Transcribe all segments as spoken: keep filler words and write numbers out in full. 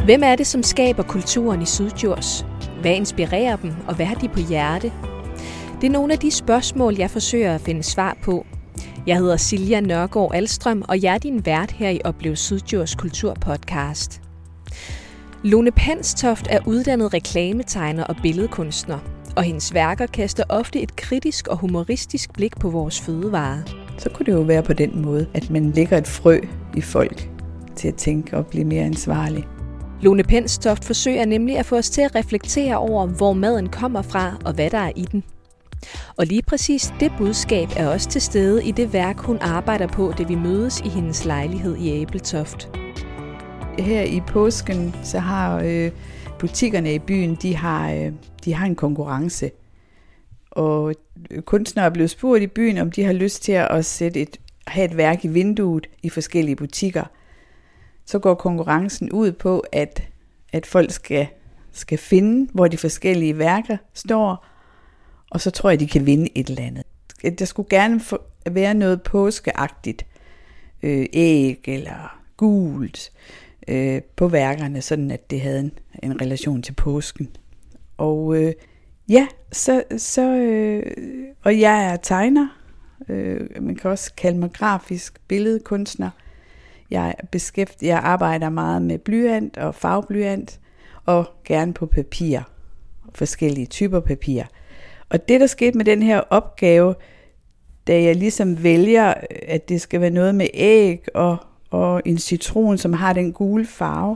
Hvem er det, som skaber kulturen i Syddjurs? Hvad inspirerer dem, og hvad har de på hjerte? Det er nogle af de spørgsmål, jeg forsøger at finde svar på. Jeg hedder Silja Nørgaard Alstrøm, og jeg er din vært her i Oplev Syddjurs Kulturpodcast. Lone Panstoft er uddannet reklametegner og billedkunstner, og hendes værker kaster ofte et kritisk og humoristisk blik på vores fødevarer. Så kunne det jo være på den måde, at man lægger et frø i folk til at tænke og blive mere ansvarlig. Lone Panstoft forsøger nemlig at få os til at reflektere over, hvor maden kommer fra og hvad der er i den. Og lige præcis det budskab er også til stede i det værk, hun arbejder på, da vi mødes i hendes lejlighed i Ebeltoft. Her i påsken, så har øh, butikkerne i byen, de har, øh, de har en konkurrence. Og kunstnere er blevet spurgt i byen, om de har lyst til at sætte et, have et værk i vinduet i forskellige butikker. Så går konkurrencen ud på, at, at folk skal, skal finde, hvor de forskellige værker står, og så tror jeg, de kan vinde et eller andet. Der skulle gerne være noget påskeagtigt, øh, æg eller gult øh, på værkerne, sådan at det havde en, en relation til påsken. Og øh, ja, så, så øh, og jeg er tegner, øh, man kan også kalde mig grafisk billedkunstner. Jeg, beskæft, jeg arbejder meget med blyant og farveblyant, og gerne på papir, forskellige typer papir. Og det, der skete med den her opgave, da jeg ligesom vælger, at det skal være noget med æg og, og en citron, som har den gule farve,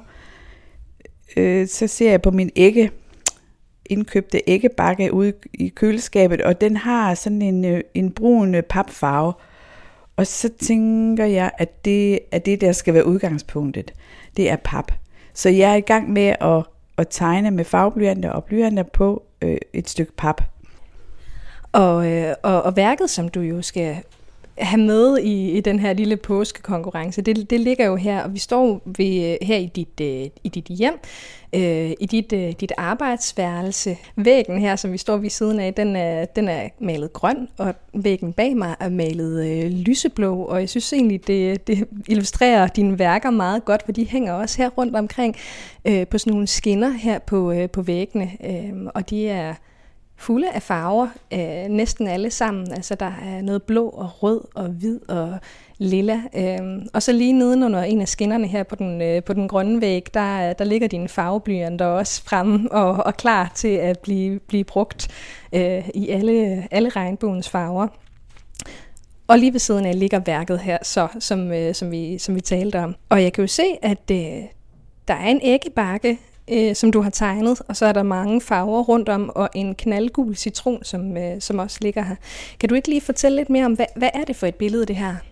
øh, så ser jeg på min ægge, indkøbte æggebakke ude i køleskabet, og den har sådan en, en brun papfarve. Og så tænker jeg, at det, at det der skal være udgangspunktet, det er pap. Så jeg er i gang med at, at tegne med farveblyanter og blyanter på øh, et stykke pap. Og, øh, og, og værket, som du jo skal have med i, i den her lille påskekonkurrence, det, det ligger jo her, og vi står ved, her i dit, øh, i dit hjem, øh, i dit, øh, dit arbejdsværelse. Væggen her, som vi står ved siden af, den er, den er malet grøn, og væggen bag mig er malet øh, lyseblå, og jeg synes egentlig, det, det illustrerer dine værker meget godt, for de hænger også her rundt omkring øh, på sådan nogle skinner her på, øh, på væggene, øh, og de er fulde af farver, øh, næsten alle sammen. Altså der er noget blå og rød og hvid og lilla. Øh, og så lige nedenunder en af skinnerne her på den, øh, på den grønne væg, der, der ligger dine farveblyanter også fremme og, og klar til at blive, blive brugt øh, i alle, alle regnbuens farver. Og lige ved siden af ligger værket her, så, som, øh, som, vi, som vi talte om. Og jeg kan jo se, at øh, der er en æggebakke, Øh, som du har tegnet, og så er der mange farver rundt om, og en knaldgul citron, som, øh, som også ligger her. Kan du ikke lige fortælle lidt mere om, hvad, hvad er det for et billede, det her?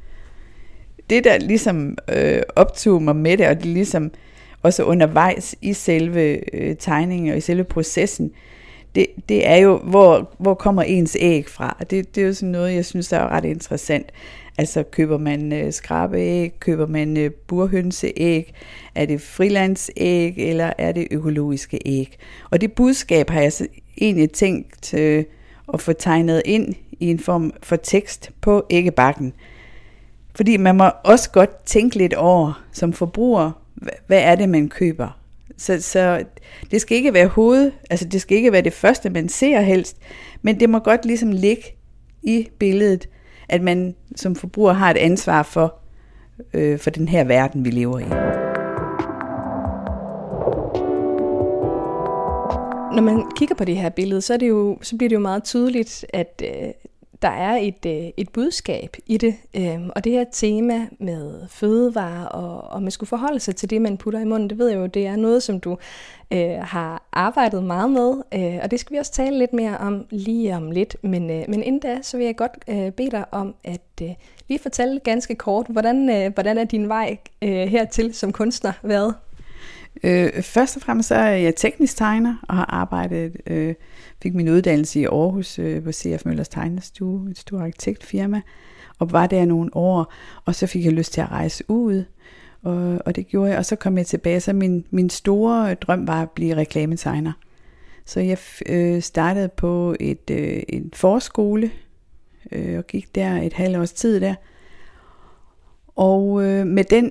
Det, der ligesom øh, optog mig med det, og det ligesom også undervejs i selve øh, tegningen og i selve processen, det, det er jo, hvor, hvor kommer ens æg fra? Det, det er jo sådan noget, jeg synes, der er ret interessant. Altså køber man øh, skrabeæg, køber man øh, burhønseæg, er det frilandsæg, eller er det økologiske æg? Og det budskab har jeg så egentlig tænkt øh, at få tegnet ind i en form for tekst på æggebakken. Fordi man må også godt tænke lidt over som forbruger, hvad er det, man køber? Så, så det skal ikke være hoved, altså det skal ikke være det første, man ser helst, men det må godt ligesom ligge i billedet, at man som forbruger har et ansvar for, øh, for den her verden, vi lever i. Når man kigger på det her billede, så, er det jo, så bliver det jo meget tydeligt, at øh, der er et, øh, et budskab i det. Øh, og det her tema med fødevarer, og, og man skulle forholde sig til det, man putter i munden, det ved jeg jo, det er noget, som du øh, har arbejdet meget med. Øh, og det skal vi også tale lidt mere om lige om lidt. Men, øh, men inden da, så vil jeg godt øh, bede dig om at øh, lige fortælle ganske kort, hvordan, øh, hvordan er din vej øh, hertil som kunstner været? Øh, først og fremmest så er jeg teknisk tegner og har arbejdet, øh, fik min uddannelse i Aarhus øh, på C F Møllers Tegnestue, et stort arkitektfirma, og var der nogle år, og så fik jeg lyst til at rejse ud, og, og det gjorde jeg, og så kom jeg tilbage, så min, min store drøm var at blive reklametegner. Så jeg øh, startede på et, øh, en forskole, øh, og gik der et halvt års tid der, og øh, med den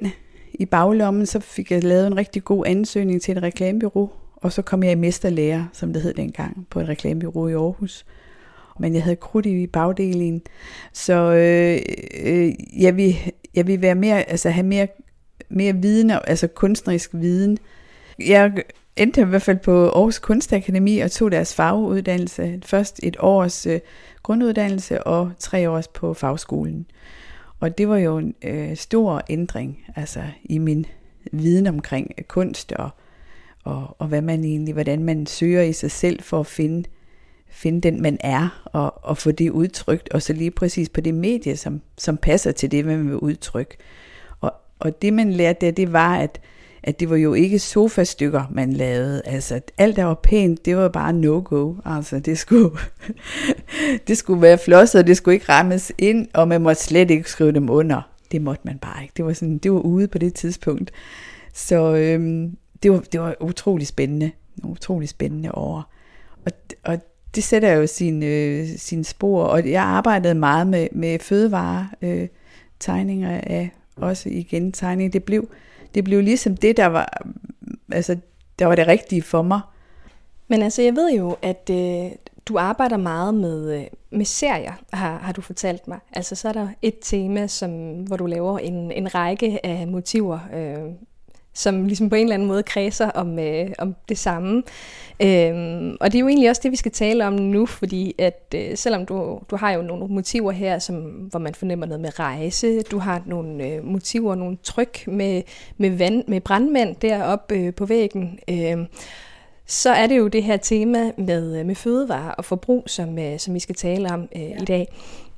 i baglommen, så fik jeg lavet en rigtig god ansøgning til et reklamebureau, og så kom jeg i mesterlærer, som det hed dengang, på et reklamebureau i Aarhus. Men jeg havde krudt i bagdelingen, så øh, øh, jeg, vil, jeg vil være mere, altså have mere, mere viden, altså kunstnerisk viden. Jeg endte i hvert fald på Aarhus Kunstakademi og tog deres faguddannelse. Først et års øh, grunduddannelse og tre års på fagskolen. Og det var jo en øh, stor ændring altså, i min viden omkring kunst og, og, og hvad man egentlig, hvordan man søger i sig selv for at finde, finde den man er og, og få det udtrykt, og så lige præcis på det medie, som, som passer til det, man vil udtrykke. Og, og det man lærte der, det var, at, at det var jo ikke sofastykker, man lavede. Altså alt der var pænt, det var bare no-go. Altså det skulle, det skulle være flosset, det skulle ikke rammes ind, og man måtte slet ikke skrive dem under. Det måtte man bare ikke. Det var, sådan, det var ude på det tidspunkt. Så øhm, det, var, det var utrolig spændende. Utrolig spændende år. Og, og det sætter jo sin, øh, sin spor. Og jeg arbejdede meget med, med fødevare, øh, tegninger af, også igen tegning. Det blev, det blev ligesom det, der var, altså, der var det rigtige for mig. Men altså, jeg ved jo, at øh, du arbejder meget med, øh, med serier, har, har du fortalt mig. Altså, så er der et tema, som, hvor du laver en, en række af motiver, øh, som ligesom på en eller anden måde kredser om, øh, om det samme. Øhm, og det er jo egentlig også det, vi skal tale om nu, fordi at øh, selvom du, du har jo nogle motiver her, som, hvor man fornemmer noget med rejse, du har nogle øh, motiver, nogle tryk med, med, vand, med brandmænd deroppe øh, på væggen, øh, så er det jo det her tema med, med fødevarer og forbrug, som, øh, som vi skal tale om øh, ja. i dag.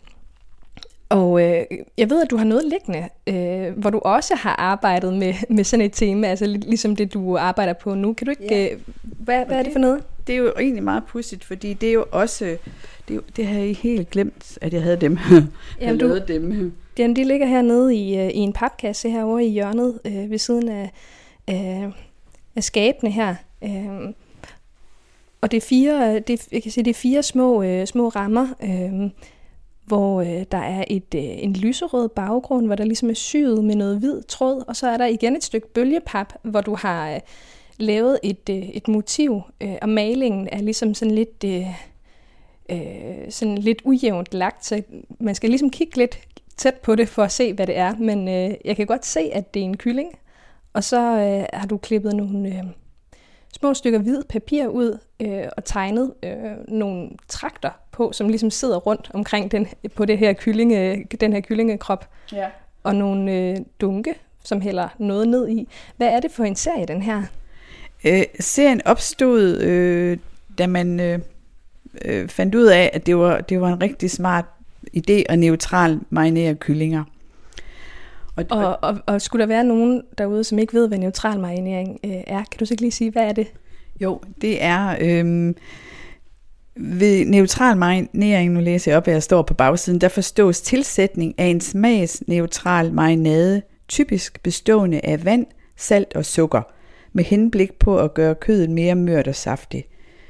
Og øh, jeg ved, at du har noget liggende, øh, hvor du også har arbejdet med, med sådan et tema, altså lig, ligesom det, du arbejder på nu. Kan du ikke, ja. øh, hvad, hvad er det for noget? Det er jo egentlig meget pudsigt, fordi det er jo også, det, er jo, det har jeg helt glemt, at jeg havde dem. Jamen, du, dem. Jamen, de ligger hernede i, i en papkasse herovre i hjørnet, øh, ved siden af, øh, af skabene her. Øh, og det er fire, det, jeg kan sige, det er fire små, øh, små rammer, øh, hvor øh, der er et, øh, en lyserød baggrund, hvor der ligesom er syet med noget hvid tråd, og så er der igen et stykke bølgepap, hvor du har øh, lavet et, øh, et motiv, øh, og malingen er ligesom sådan lidt, øh, øh, sådan lidt ujævnt lagt, så man skal ligesom kigge lidt tæt på det for at se, hvad det er, men øh, jeg kan godt se, at det er en kylling, og så øh, har du klippet nogle øh, små stykker hvid papir ud øh, og tegnet øh, nogle trakter på, som ligesom sidder rundt omkring den, på det her kyllinge, den her kyllingekrop. Ja. Og nogle øh, dunke, som hælder noget ned i. Hvad er det for en serie, den her? Øh, serien opstod, øh, da man øh, øh, fandt ud af, at det var, det var en rigtig smart idé at neutral marinere kyllinger. Og, og, og, og skulle der være nogen derude, som ikke ved, hvad neutral marinering øh, er? Kan du så ikke lige sige, hvad er det? Jo, det er øh, ved neutral marinering, nu læser jeg op, hvad jeg står på bagsiden, der forstås tilsætning af en smagsneutral marinade, typisk bestående af vand, salt og sukker, med henblik på at gøre kødet mere mørt og saftigt.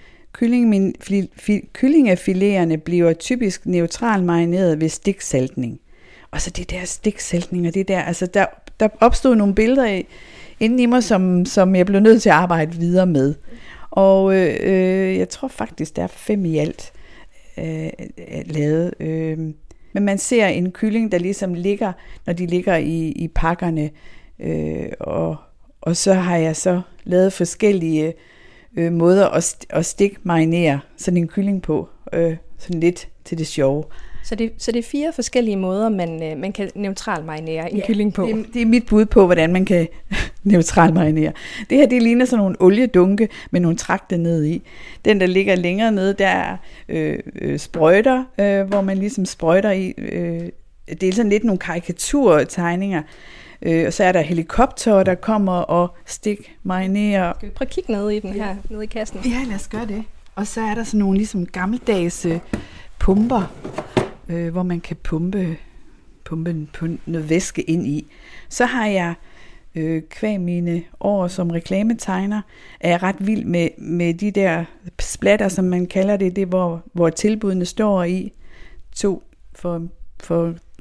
Kyllingefiléerne bliver typisk neutral marineret ved stiksaltning. Og så det der stiksaltning og det der, altså der, der opstod nogle billeder i, inden i mig, som, som jeg blev nødt til at arbejde videre med. Og øh, jeg tror faktisk, der er fem i alt øh, lavet. Øh. Men man ser en kylling, der ligesom ligger, når de ligger i, i pakkerne. Øh, og, og så har jeg så lavet forskellige øh, måder at, at stikmarinere sådan en kylling på. Øh, sådan lidt til det sjove. Så det, så det er fire forskellige måder, man, øh, man kan neutral marinere en ja, kylling på. Det, det er mit bud på, hvordan man kan neutral marinere. Det her, det ligner sådan nogle oliedunke med nogle trakter ned i. Den, der ligger længere nede, der er øh, øh, sprøjter, øh, hvor man ligesom sprøjter i. Øh, det er sådan lidt nogle karikaturtegninger. Øh, og så er der helikopter, der kommer og stik marinerer. Skal vi prøve at kigge ned i den her, ja. nede i kassen? Ja, lad os gøre det. Og så er der sådan nogle ligesom gammeldags øh, pumper, øh, hvor man kan pumpe, pumpe noget væske ind i. Så har jeg øh, kvæg mine år som reklametegner, er jeg ret vild med, med de der splatter, som man kalder det, det hvor, hvor tilbudene står i. To for, for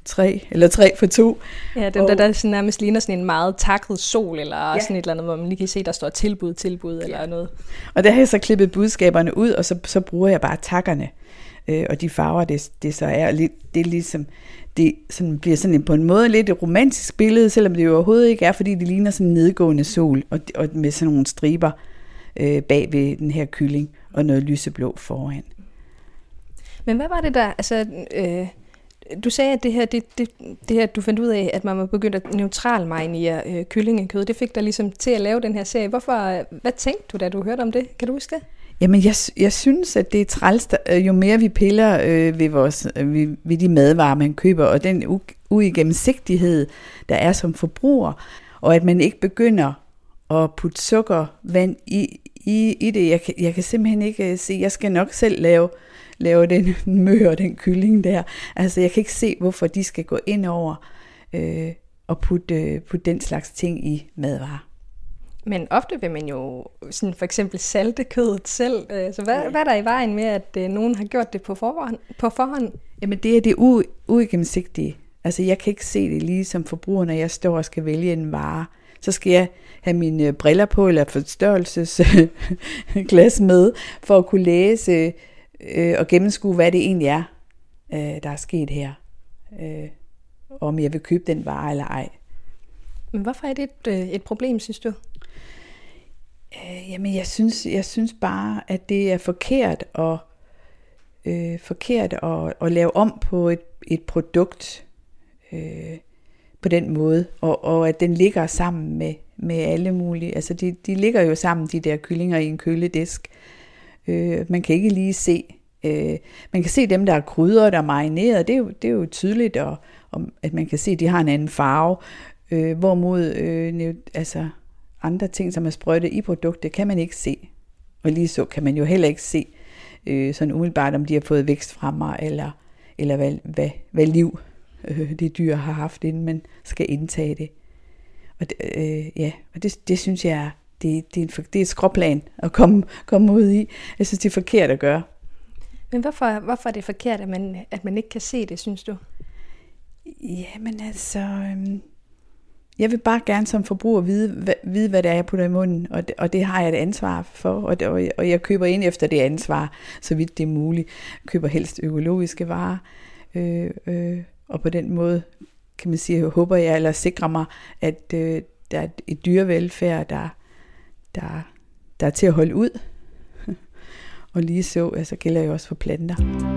tre, eller tre for to. Ja, den og, der, der sådan nærmest ligner sådan en meget takket sol, eller ja. sådan et eller andet, hvor man lige kan se, der står tilbud, tilbud, ja. Eller noget. Og der har jeg så klippet budskaberne ud, og så, så bruger jeg bare takkerne, øh, og de farver, det, det så er, det er ligesom, det sådan, bliver sådan på en måde lidt et romantisk billede, selvom det jo overhovedet ikke er, fordi det ligner sådan en nedgående sol, og, og med sådan nogle striber øh, bag ved den her kylling, og noget lyseblå foran. Men hvad var det der, altså, øh, du sagde, at det her, det, det, det her, du fandt ud af, at man var begyndt at neutralmarinere øh, kyllingekød, det fik dig ligesom til at lave den her serie. Hvorfor, hvad tænkte du, da du hørte om det? Kan du huske det? Jamen, jeg, jeg synes, at det er træls, jo mere vi piller øh, ved, vores, øh, ved, ved de madvarer, man køber, og den u- uigennemsigtighed, der er som forbruger, og at man ikke begynder at putte sukkervand i, i, i det. Jeg kan, jeg kan simpelthen ikke se, jeg skal nok selv lave, lave den mø og den kylling der. Altså, jeg kan ikke se, hvorfor de skal gå ind over øh, og putte, øh, putte den slags ting i madvarer. Men ofte vil man jo sådan for eksempel salte kødet selv. Så hvad, ja. hvad er der i vejen med, at øh, nogen har gjort det på forhånd? På forhånd? Jamen det er det u- uigennemsigtige. Altså jeg kan ikke se det lige som forbruger, når jeg står og skal vælge en vare. Så skal jeg have mine briller på, eller forstørrelsesglas med, for at kunne læse øh, og gennemskue, hvad det egentlig er, øh, der er sket her. Øh, om jeg vil købe den vare eller ej. Men hvorfor er det et, øh, et problem, synes du? Jamen, jeg synes, jeg synes bare, at det er forkert at, øh, forkert at, at lave om på et, et produkt øh, på den måde, og, og at den ligger sammen med, med alle mulige. Altså, de, de ligger jo sammen, de der kyllinger, i en køledisk. Øh, man kan ikke lige se. Øh, man kan se dem, der er krydret og marineret. Det er jo, det er jo tydeligt, og, og, at man kan se, at de har en anden farve. Øh, hvorimod øh, altså andre ting, som er sprøjtet i produktet, kan man ikke se. Og lige så kan man jo heller ikke se øh, sådan umiddelbart, om de har fået vækstfremmer, eller, eller hvad, hvad, hvad liv øh, det dyr har haft, inden man skal indtage det. Og det, øh, ja, og det, det synes jeg, det, det, er en, det er et skråplan at komme, komme ud i. Jeg synes, det er forkert at gøre. Men hvorfor, hvorfor er det forkert, at man, at man ikke kan se det, synes du? Jamen altså... Øh, Jeg vil bare gerne som forbruger vide, hvad, vide, hvad det er, jeg putter i munden, og det, og det har jeg et ansvar for, og, det, og, jeg, og jeg køber ind efter det ansvar, så vidt det er muligt. Jeg køber helst økologiske varer, øh, øh, og på den måde, kan man sige, håber jeg, eller sikrer mig, at øh, der er et dyrevelfærd, der, der, der er til at holde ud. Og lige så, altså gælder jo også for planter.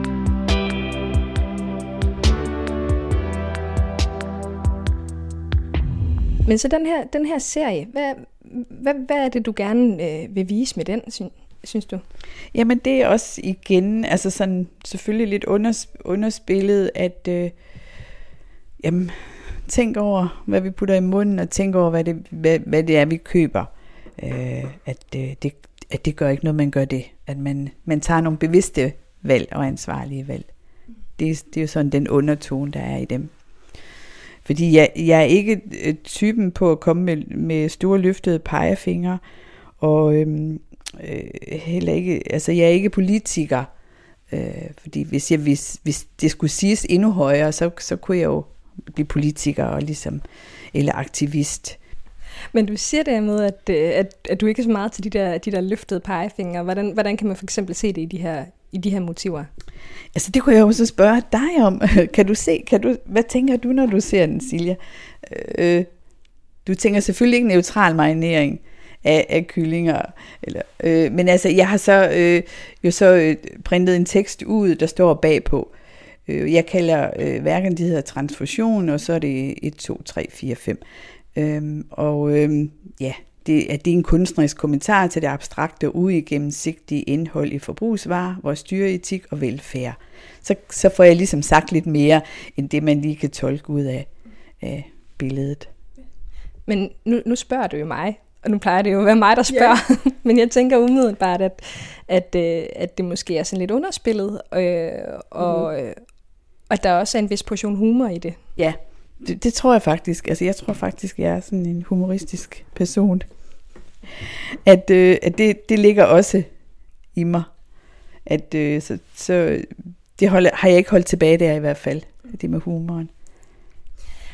Men så den her, den her serie, hvad, hvad, hvad er det, du gerne øh, vil vise med den, synes du? Jamen det er også igen, altså sådan selvfølgelig lidt unders, underspillet, at øh, jamen, tænk over, hvad vi putter i munden, og tænk over, hvad det, hvad, hvad det er, vi køber. Øh, at, øh, det, at det gør ikke noget, man gør det. At man, man tager nogle bevidste valg og ansvarlige valg. Det, det er jo sådan den undertone, der er i dem. Fordi jeg, jeg er ikke typen på at komme med, med store løftede pegefingre, og øhm, øh, heller ikke, altså jeg er ikke politiker, øh, fordi hvis, jeg, hvis, hvis det skulle siges endnu højere, så, så kunne jeg jo blive politiker og ligesom, eller aktivist. Men du siger det med, at, at, at du ikke er så meget til de der, de der løftede pegefingre. Hvordan, hvordan kan man for eksempel se det i de her, i de her motiver? Altså det kunne jeg jo så spørge dig om. Kan du se, kan du, hvad tænker du, når du ser den, Silja? Øh, du tænker selvfølgelig ikke neutral marinering af, af kyllinger. Eller, øh, men altså, jeg har så øh, jo så øh, printet en tekst ud, der står bagpå. Øh, jeg kalder øh, værken, det hedder transfusion, og så er det et, to, tre, fire, fem. Øh, og øh, ja, det, at det er en kunstnerisk kommentar til det abstrakte og uigennemsigtige indhold i forbrugsvarer, vores dyreetik og velfærd. Så, så får jeg ligesom sagt lidt mere, end det man lige kan tolke ud af, af billedet. Men nu, nu spørger du jo mig, og nu plejer det jo at være mig, der spørger, yeah. Men jeg tænker umiddelbart, at, at, at det måske er sådan lidt underspillet, øh, og mm-hmm. at der også er en vis portion humor i det. Ja, det, det tror jeg faktisk. Altså jeg tror faktisk, jeg er sådan en humoristisk person. At, øh, at det, det ligger også i mig. At, øh, så, så det holder, har jeg ikke holdt tilbage der i hvert fald, det med humoren.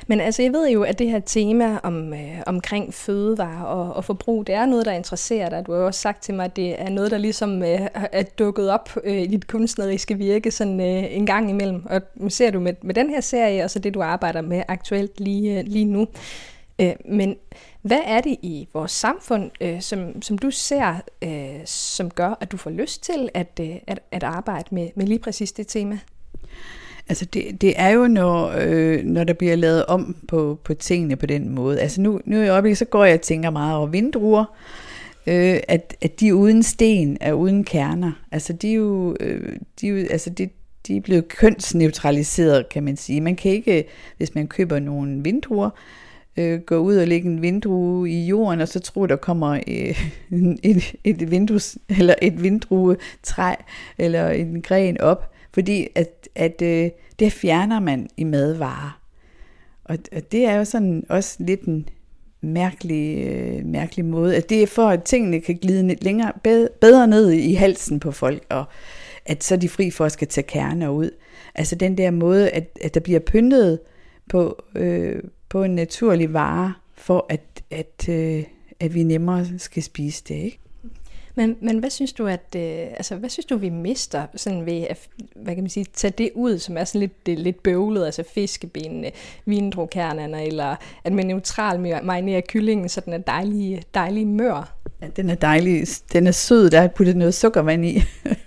Men altså, jeg ved jo, at det her tema om, øh, omkring fødevarer og, og forbrug, det er noget, der interesserer dig. Du har jo også sagt til mig, at det er noget, der ligesom øh, er dukket op øh, i dit kunstneriske virke sådan øh, en gang imellem. Og nu ser du med, med den her serie, og så det, du arbejder med aktuelt lige, øh, lige nu. Øh, men hvad er det i vores samfund, øh, som, som du ser, øh, som gør, at du får lyst til at, øh, at, at arbejde med, med lige præcis det tema? Altså det, det er jo, når, øh, når der bliver lavet om på, på tingene på den måde. Altså nu, nu i øjeblikket, så går jeg og tænker meget over vindruer, øh, at, at de uden sten er uden kerner. Altså de er jo, øh, de er jo altså de, de er blevet kønsneutraliseret, kan man sige. Man kan ikke, hvis man køber nogle vindruer, øh, gå ud og lægge en vindrue i jorden, og så tro, der kommer øh, et, et, vindus, eller et vindruetræ eller en gren op. Fordi at, at øh, det fjerner man i madvarer. Og, og det er jo sådan også lidt en mærkelig, øh, mærkelig måde. At det er for, at tingene kan glide længere, bedre ned i halsen på folk, og at så er de fri for at skal tage kerner ud. Altså den der måde, at, at der bliver pyntet på, øh, på en naturlig vare, for at, at, øh, at vi nemmere skal spise det, ikke? Men, men hvad synes du, at øh, altså hvad synes du, vi mister sådan ved at, hvad kan man sige, tage det ud, som er sådan lidt det, lidt bøvlet, altså fiskebenene, vindruekernerne, eller at man neutral marinerer kyllingen, så den er dejlig, dejlig mør? Ja, den er dejlig, den er sød, der er puttet noget sukkervand i.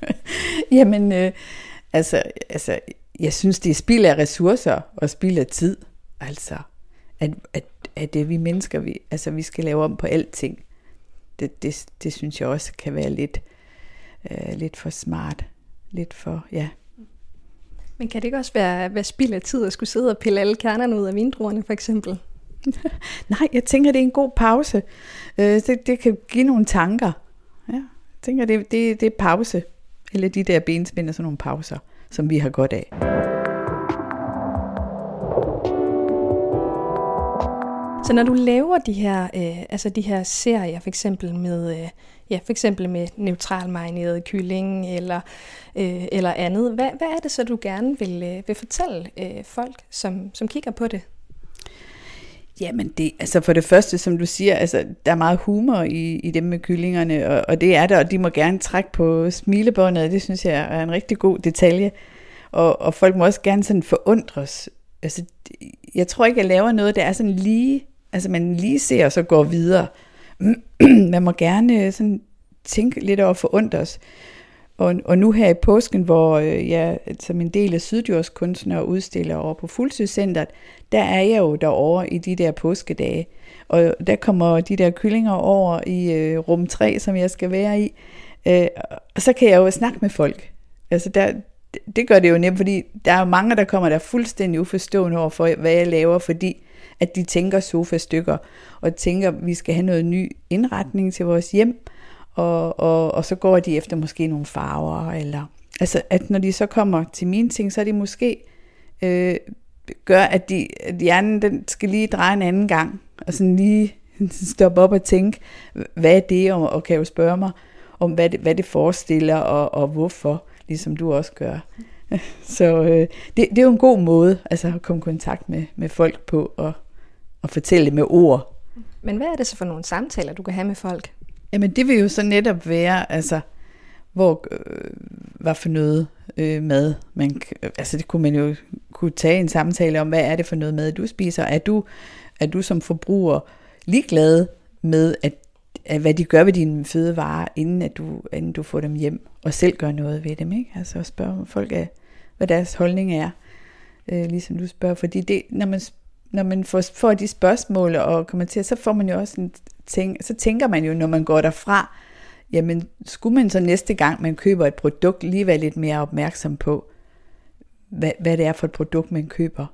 Jamen, øh, altså, altså, jeg synes, det er spild af ressourcer og spild af tid, altså, at, at, at det vi mennesker, vi, altså, vi skal lave om på alting. Det, det, det synes jeg også kan være lidt, øh, lidt for smart. Lidt for, ja. Men kan det ikke også være, være spild af tid at skulle sidde og pille alle kernerne ud af vindruerne, for eksempel? Nej, jeg tænker, det er en god pause. Øh, det, det kan give nogle tanker. Ja, jeg tænker, det, det, det er pause. Eller de der benspænd og sådan nogle pauser, som vi har godt af. Så når du laver de her, øh, altså de her serier, for eksempel med, øh, ja, for eksempel med neutral marineret kylling eller øh, eller andet, hvad, hvad er det så du gerne vil øh, vil fortælle øh, folk, som som kigger på det? Jamen det, altså for det første, som du siger, altså der er meget humor i i dem med kyllingerne, og, og det er der, og de må gerne trække på smilebåndet. Det synes jeg er en rigtig god detalje, og og folk må også gerne sådan forundres. Altså jeg tror ikke, jeg laver noget, der er sådan lige. Altså man lige ser og så går videre. Man må gerne sådan tænke lidt over forundres. Og, og nu her i påsken, hvor jeg som en del af Syddjurskunstnere udstiller over på Fuldsydscenteret, der er jeg jo derovre i de der påskedage. Og der kommer de der kyllinger over i øh, rum tre, som jeg skal være i. Øh, og så kan jeg jo snakke med folk. Altså der, det gør det jo nemt, fordi der er jo mange, der kommer der fuldstændig uforstående over for, hvad jeg laver, fordi at de tænker sofastykker, og tænker, at vi skal have noget ny indretning til vores hjem, og, og, og så går de efter måske nogle farver, eller altså, at når de så kommer til mine ting, så er det måske øh, gør, at, de, at hjernen den skal lige dreje en anden gang, og sådan lige stoppe op og tænke, hvad er det, og, og kan jo spørge mig, om hvad det, hvad det forestiller, og, og hvorfor, ligesom du også gør. Så øh, det, det er jo en god måde, altså at komme i kontakt med, med folk på, og, og fortælle med ord. Men hvad er det så for nogle samtaler, du kan have med folk? Jamen det vil jo så netop være, altså, hvor, øh, hvad for noget øh, mad, man, altså det kunne man jo kunne tage en samtale om, hvad er det for noget mad, du spiser? Er du, er du som forbruger ligeglad med, at, at hvad de gør ved dine fødevarer, inden, at du, inden du får dem hjem, og selv gør noget ved dem, ikke? Altså at spørge folk, af, hvad deres holdning er, øh, ligesom du spørger, fordi det, når man, når man får, får de spørgsmål og kommer til, så får man jo også en ting, så tænker man jo, når man går derfra, jamen skulle man så næste gang, man køber et produkt, lige være lidt mere opmærksom på, hvad, hvad det er for et produkt, man køber.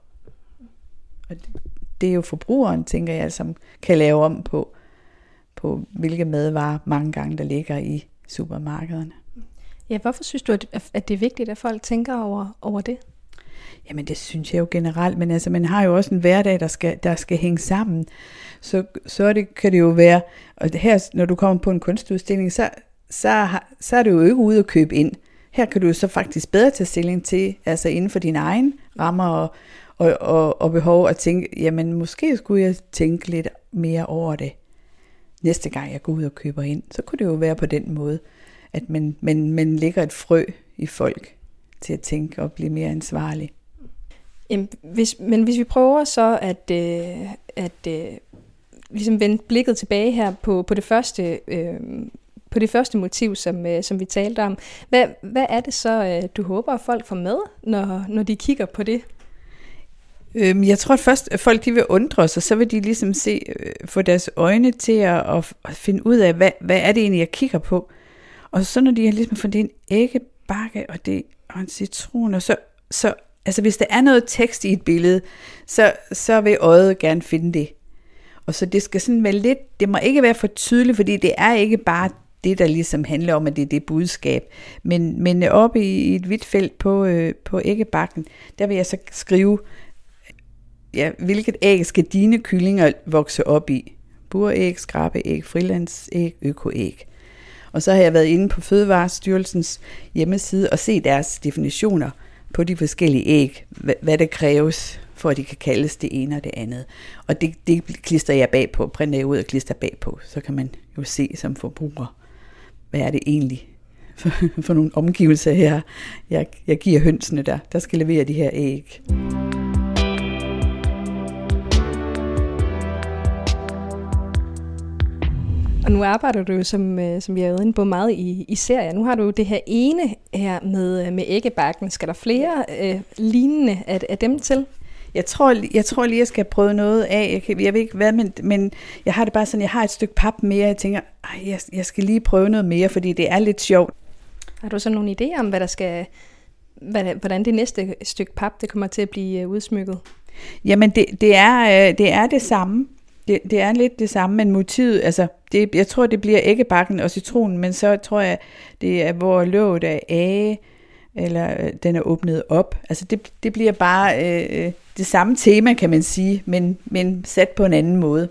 Og det, det er jo forbrugeren, tænker jeg, som kan lave om på, på hvilke madvarer mange gange, der ligger i supermarkederne. Ja, hvorfor synes du, at det er vigtigt, at folk tænker over, over det? Jamen det synes jeg jo generelt, men altså man har jo også en hverdag, der skal, der skal hænge sammen. Så, så det, kan det jo være, og her når du kommer på en kunstudstilling, så, så, så er det jo ikke ude at købe ind. Her kan du jo så faktisk bedre tage stilling til, altså inden for dine egne rammer, og, og, og, og behov at tænke, jamen måske skulle jeg tænke lidt mere over det næste gang jeg går ud og køber ind. Så kunne det jo være på den måde, at man, man, man lægger et frø i folk til at tænke og blive mere ansvarlig. Jamen, hvis, men hvis vi prøver så at, øh, at øh, ligesom vende blikket tilbage her på, på det første øh, på det første motiv, som, øh, som vi talte om, hvad, hvad er det så, øh, du håber, at folk får med, når, når de kigger på det? Øhm, jeg tror at først, at folk de vil undre sig, så vil de ligesom se, øh, få deres øjne til at, at, at finde ud af, hvad, hvad er det egentlig, jeg kigger på. Og så når de har ligesom fundet en æggebakke og, det, og en citron, og så, så altså hvis der er noget tekst i et billede, så, så vil øjet gerne finde det. Og så det skal sådan være lidt, det må ikke være for tydeligt, fordi det er ikke bare det, der ligesom handler om, at det er det budskab. Men, men oppe i et hvidt felt på, øh, på æggebakken, der vil jeg så skrive, ja, hvilket æg skal dine kyllinger vokse op i? Buræg, skrabeæg, frilandsæg, økoæg. Og så har jeg været inde på Fødevarestyrelsens hjemmeside og set deres definitioner på de forskellige æg, hvad der kræves, for at de kan kaldes det ene og det andet. Og det, det klister jeg bagpå, printer jeg ud og klister bagpå, så kan man jo se som forbruger, hvad er det egentlig for, for nogle omgivelser her, jeg, jeg giver hønsene der, der skal levere de her æg. Og nu arbejder du jo, som, som vi har været inde på, meget i, i serier. Nu har du jo det her ene her med, med æggebakken. Skal der flere øh, lignende af, af dem til? Jeg tror, jeg tror lige, jeg skal prøve noget af. Jeg, kan, jeg ved ikke hvad, men, men jeg har det bare sådan, jeg har et stykke pap mere. Jeg tænker, ej, jeg, jeg skal lige prøve noget mere, fordi det er lidt sjovt. Har du så nogle idéer om, hvad der skal, hvad, hvordan det næste stykke pap det kommer til at blive udsmykket? Jamen, det, det, er, det er det samme. Det, det er lidt det samme, men motivet, altså, det, jeg tror, det bliver æggebakken og citronen, men så tror jeg, det er, hvor låget er af, eller den er åbnet op. Altså, det, det bliver bare øh, det samme tema, kan man sige, men, men sat på en anden måde.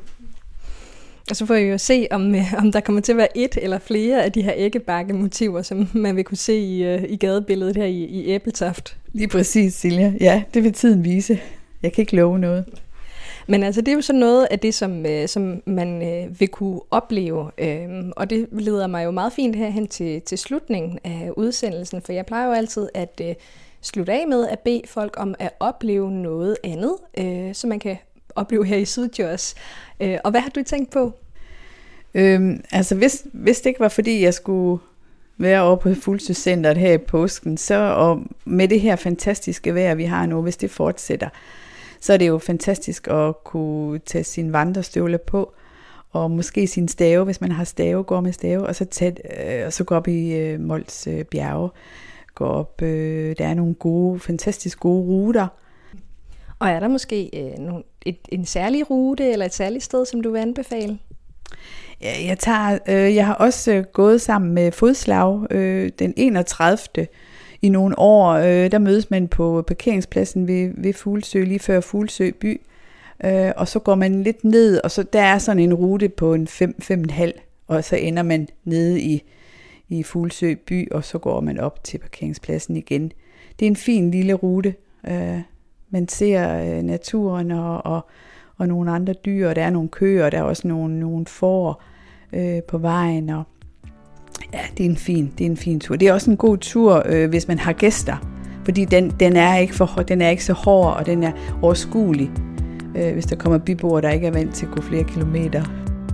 Og så får vi jo se, om, om der kommer til at være et eller flere af de her æggebakkemotiver, som man vil kunne se i, i gadebilledet her i, i Ebeltoft. Lige præcis, Silja. Ja, det vil tiden vise. Jeg kan ikke love noget. Men altså, det er jo så noget af det, som, øh, som man øh, vil kunne opleve, øh, og det leder mig jo meget fint herhen til, til slutningen af udsendelsen, for jeg plejer jo altid at øh, slutte af med at bede folk om at opleve noget andet, øh, som man kan opleve her i Syddjurs. Øh, og hvad har du tænkt på? Øhm, altså, hvis, hvis det ikke var fordi, jeg skulle være over på Fuglsøcenteret her i påsken, så og med det her fantastiske vejr, vi har nu, hvis det fortsætter, så er det jo fantastisk at kunne tage sine vandrestøvler på, og måske sin stave, hvis man har stave, går med stave, og så, tage, øh, og så gå op i øh, Mols øh, bjerge. Gå op, øh, der er nogle gode, fantastisk gode ruter. Og er der måske øh, nogle, et, en særlig rute, eller et særligt sted, som du vil anbefale? Ja, jeg, tager, øh, jeg har også øh, gået sammen med Fodslag øh, den enogtredivte i nogle år, øh, der mødes man på parkeringspladsen ved, ved Fuglsø, lige før Fuglsø by, øh, og så går man lidt ned, og så der er sådan en rute på en fem til fem komma fem, og så ender man nede i, i Fuglsø by, og så går man op til parkeringspladsen igen. Det er en fin lille rute. Øh, man ser øh, naturen og, og, og nogle andre dyr, og der er nogle køer, og der er også nogle, nogle får øh, på vejen, og ja, det er en fin, det er en fin tur. Det er også en god tur, øh, hvis man har gæster, fordi den, den, er ikke for, den er ikke så hård, og den er overskuelig, øh, hvis der kommer byboere, der ikke er vant til at gå flere kilometer.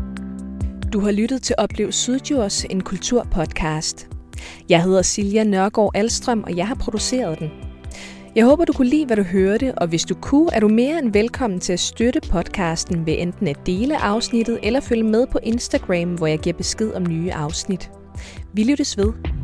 Du har lyttet til Oplev Syddjurs, en kulturpodcast. Jeg hedder Silja Nørgaard Alstrøm, og jeg har produceret den. Jeg håber, du kunne lide, hvad du hørte, og hvis du kunne, er du mere end velkommen til at støtte podcasten ved enten at dele afsnittet eller følge med på Instagram, hvor jeg giver besked om nye afsnit. Vi lyttes ved.